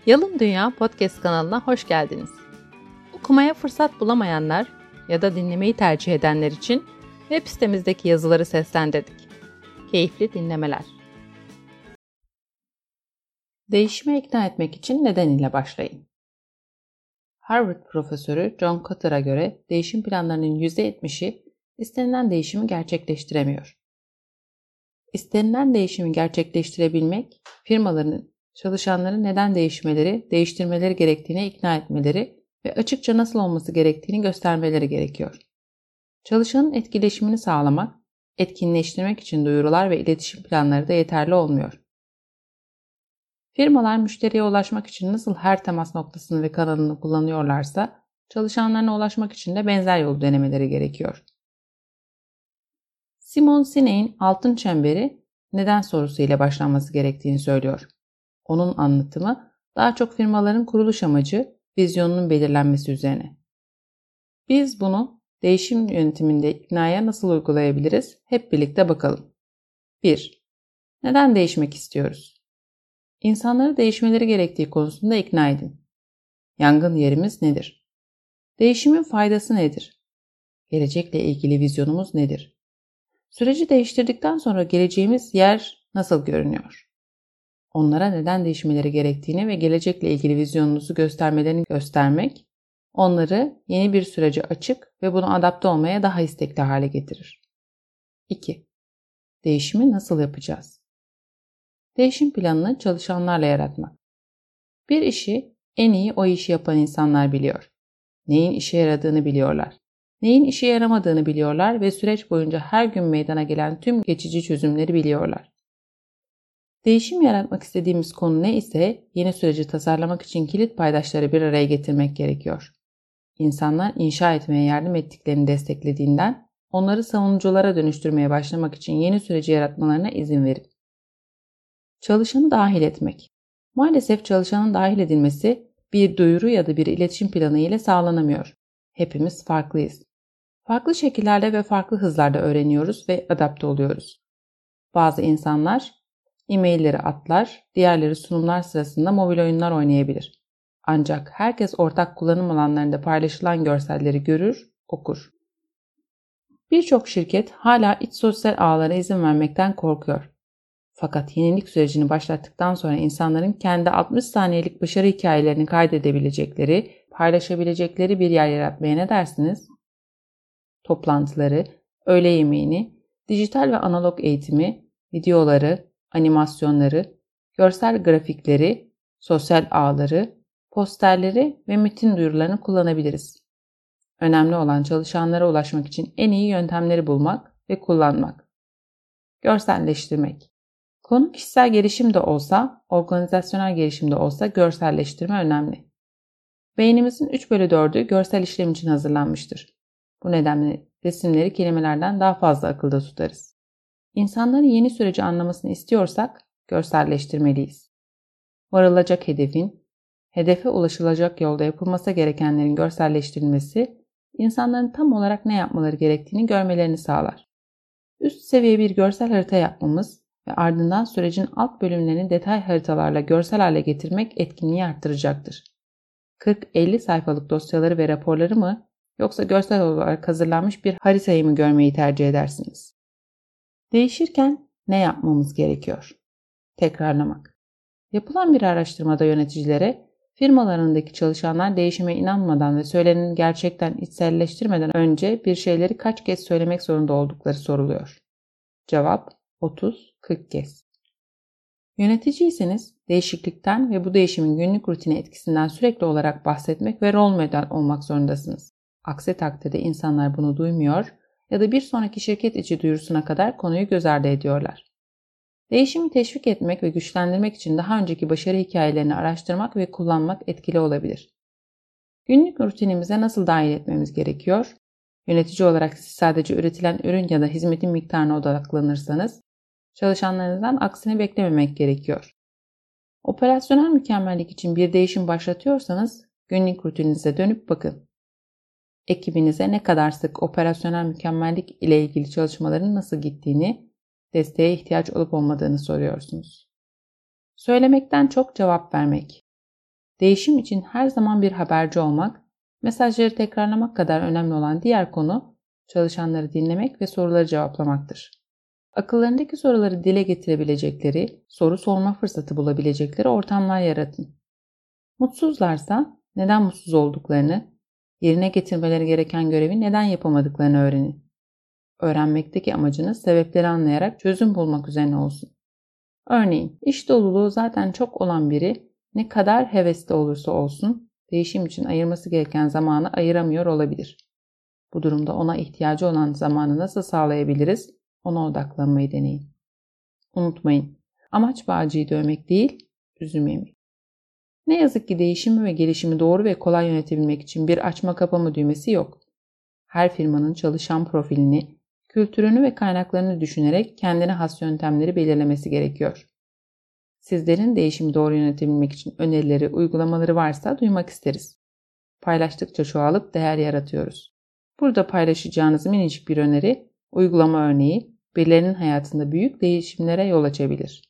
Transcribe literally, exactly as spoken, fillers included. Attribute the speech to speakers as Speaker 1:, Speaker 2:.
Speaker 1: Yalın Dünya Podcast kanalına hoş geldiniz. Okumaya fırsat bulamayanlar ya da dinlemeyi tercih edenler için web sitemizdeki yazıları seslendirdik. Keyifli dinlemeler. Değişime ikna etmek için neden ile başlayın. Harvard profesörü John Kotter'a göre değişim planlarının yüzde yetmişi istenilen değişimi gerçekleştiremiyor. İstenilen değişimi gerçekleştirebilmek, firmaların çalışanları neden değişmeleri, değiştirmeleri gerektiğine ikna etmeleri ve açıkça nasıl olması gerektiğini göstermeleri gerekiyor. Çalışanın etkileşimini sağlamak, etkinleştirmek için duyurular ve iletişim planları da yeterli olmuyor. Firmalar müşteriye ulaşmak için nasıl her temas noktasını ve kanalını kullanıyorlarsa, çalışanlarına ulaşmak için de benzer yolu denemeleri gerekiyor. Simon Sinek'in altın çemberi neden sorusu ile başlanması gerektiğini söylüyor. Onun anlatımı daha çok firmaların kuruluş amacı, vizyonunun belirlenmesi üzerine. Biz bunu değişim yönetiminde iknaya nasıl uygulayabiliriz? Hep birlikte bakalım. bir. Neden değişmek istiyoruz? İnsanları değişmeleri gerektiği konusunda ikna edin. Yangın yerimiz nedir? Değişimin faydası nedir? Gelecekle ilgili vizyonumuz nedir? Süreci değiştirdikten sonra geleceğimiz yer nasıl görünüyor? Onlara neden değişmeleri gerektiğini ve gelecekle ilgili vizyonunuzu göstermelerini göstermek, onları yeni bir sürece açık ve buna adapte olmaya daha istekli hale getirir. iki. Değişimi nasıl yapacağız? Değişim planını çalışanlarla yaratmak. Bir işi en iyi o işi yapan insanlar biliyor. Neyin işe yaradığını biliyorlar. Neyin işe yaramadığını biliyorlar ve süreç boyunca her gün meydana gelen tüm geçici çözümleri biliyorlar. Değişim yaratmak istediğimiz konu ne ise yeni süreci tasarlamak için kilit paydaşları bir araya getirmek gerekiyor. İnsanlar inşa etmeye yardım ettiklerini desteklediğinden onları savunuculara dönüştürmeye başlamak için yeni süreci yaratmalarına izin verin. Çalışanı dahil etmek. Maalesef çalışanın dahil edilmesi bir duyuru ya da bir iletişim planı ile sağlanamıyor. Hepimiz farklıyız. Farklı şekillerde ve farklı hızlarda öğreniyoruz ve adapte oluyoruz. Bazı insanlar e-mailleri atlar, diğerleri sunumlar sırasında mobil oyunlar oynayabilir. Ancak herkes ortak kullanım alanlarında paylaşılan görselleri görür, okur. Birçok şirket hala iç sosyal ağlara izin vermekten korkuyor. Fakat yenilik sürecini başlattıktan sonra insanların kendi altmış saniyelik başarı hikayelerini kaydedebilecekleri, paylaşabilecekleri bir yer yaratmaya ne dersiniz? Toplantıları, öğle yemeğini, dijital ve analog eğitimi, videoları, animasyonları, görsel grafikleri, sosyal ağları, posterleri ve metin duyurularını kullanabiliriz. Önemli olan çalışanlara ulaşmak için en iyi yöntemleri bulmak ve kullanmak. Görselleştirmek. Konu kişisel gelişim de olsa, organizasyonel gelişim de olsa görselleştirme önemli. Beynimizin üç bölü dördü görsel işlem için hazırlanmıştır. Bu nedenle resimleri kelimelerden daha fazla akılda tutarız. İnsanların yeni süreci anlamasını istiyorsak görselleştirmeliyiz. Varılacak hedefin, hedefe ulaşılacak yolda yapılması gerekenlerin görselleştirilmesi, insanların tam olarak ne yapmaları gerektiğini görmelerini sağlar. Üst seviye bir görsel harita yapmamız ve ardından sürecin alt bölümlerini detay haritalarla görsel hale getirmek etkinliği arttıracaktır. kırk elli sayfalık dosyaları ve raporları mı yoksa görsel olarak hazırlanmış bir haritayı mı görmeyi tercih edersiniz? Değişirken ne yapmamız gerekiyor? Tekrarlamak. Yapılan bir araştırmada yöneticilere firmalarındaki çalışanlar değişime inanmadan ve söyleneni gerçekten içselleştirmeden önce bir şeyleri kaç kez söylemek zorunda oldukları soruluyor. Cevap otuz kırk kez. Yöneticiyseniz değişiklikten ve bu değişimin günlük rutine etkisinden sürekli olarak bahsetmek ve rol model olmak zorundasınız. Aksi takdirde insanlar bunu duymuyor ya da bir sonraki şirket içi duyurusuna kadar konuyu göz ardı ediyorlar. Değişimi teşvik etmek ve güçlendirmek için daha önceki başarı hikayelerini araştırmak ve kullanmak etkili olabilir. Günlük rutinimize nasıl dahil etmemiz gerekiyor? Yönetici olarak siz sadece üretilen ürün ya da hizmetin miktarına odaklanırsanız, çalışanlarınızdan aksini beklememek gerekiyor. Operasyonel mükemmellik için bir değişim başlatıyorsanız, günlük rutininize dönüp bakın. Ekibinize ne kadar sık operasyonel mükemmellik ile ilgili çalışmaların nasıl gittiğini, desteğe ihtiyaç olup olmadığını soruyorsunuz. Söylemekten çok cevap vermek. Değişim için her zaman bir haberci olmak, mesajları tekrarlamak kadar önemli olan diğer konu çalışanları dinlemek ve soruları cevaplamaktır. Akıllarındaki soruları dile getirebilecekleri, soru sorma fırsatı bulabilecekleri ortamlar yaratın. Mutsuzlarsa neden mutsuz olduklarını, yerine getirmeleri gereken görevi neden yapamadıklarını öğrenin. Öğrenmekteki amacınız sebepleri anlayarak çözüm bulmak üzerine olsun. Örneğin, iş doluluğu zaten çok olan biri ne kadar hevesli olursa olsun değişim için ayırması gereken zamanı ayıramıyor olabilir. Bu durumda ona ihtiyacı olan zamanı nasıl sağlayabiliriz? Ona odaklanmayı deneyin. Unutmayın, amaç bağcıyı dövmek değil, üzüm yemek. Ne yazık ki değişimi ve gelişimi doğru ve kolay yönetebilmek için bir açma kapama düğmesi yok. Her firmanın çalışan profilini, kültürünü ve kaynaklarını düşünerek kendine has yöntemleri belirlemesi gerekiyor. Sizlerin değişimi doğru yönetebilmek için önerileri, uygulamaları varsa duymak isteriz. Paylaştıkça çoğalıp değer yaratıyoruz. Burada paylaşacağınız minicik bir öneri, uygulama örneği, birilerinin hayatında büyük değişimlere yol açabilir.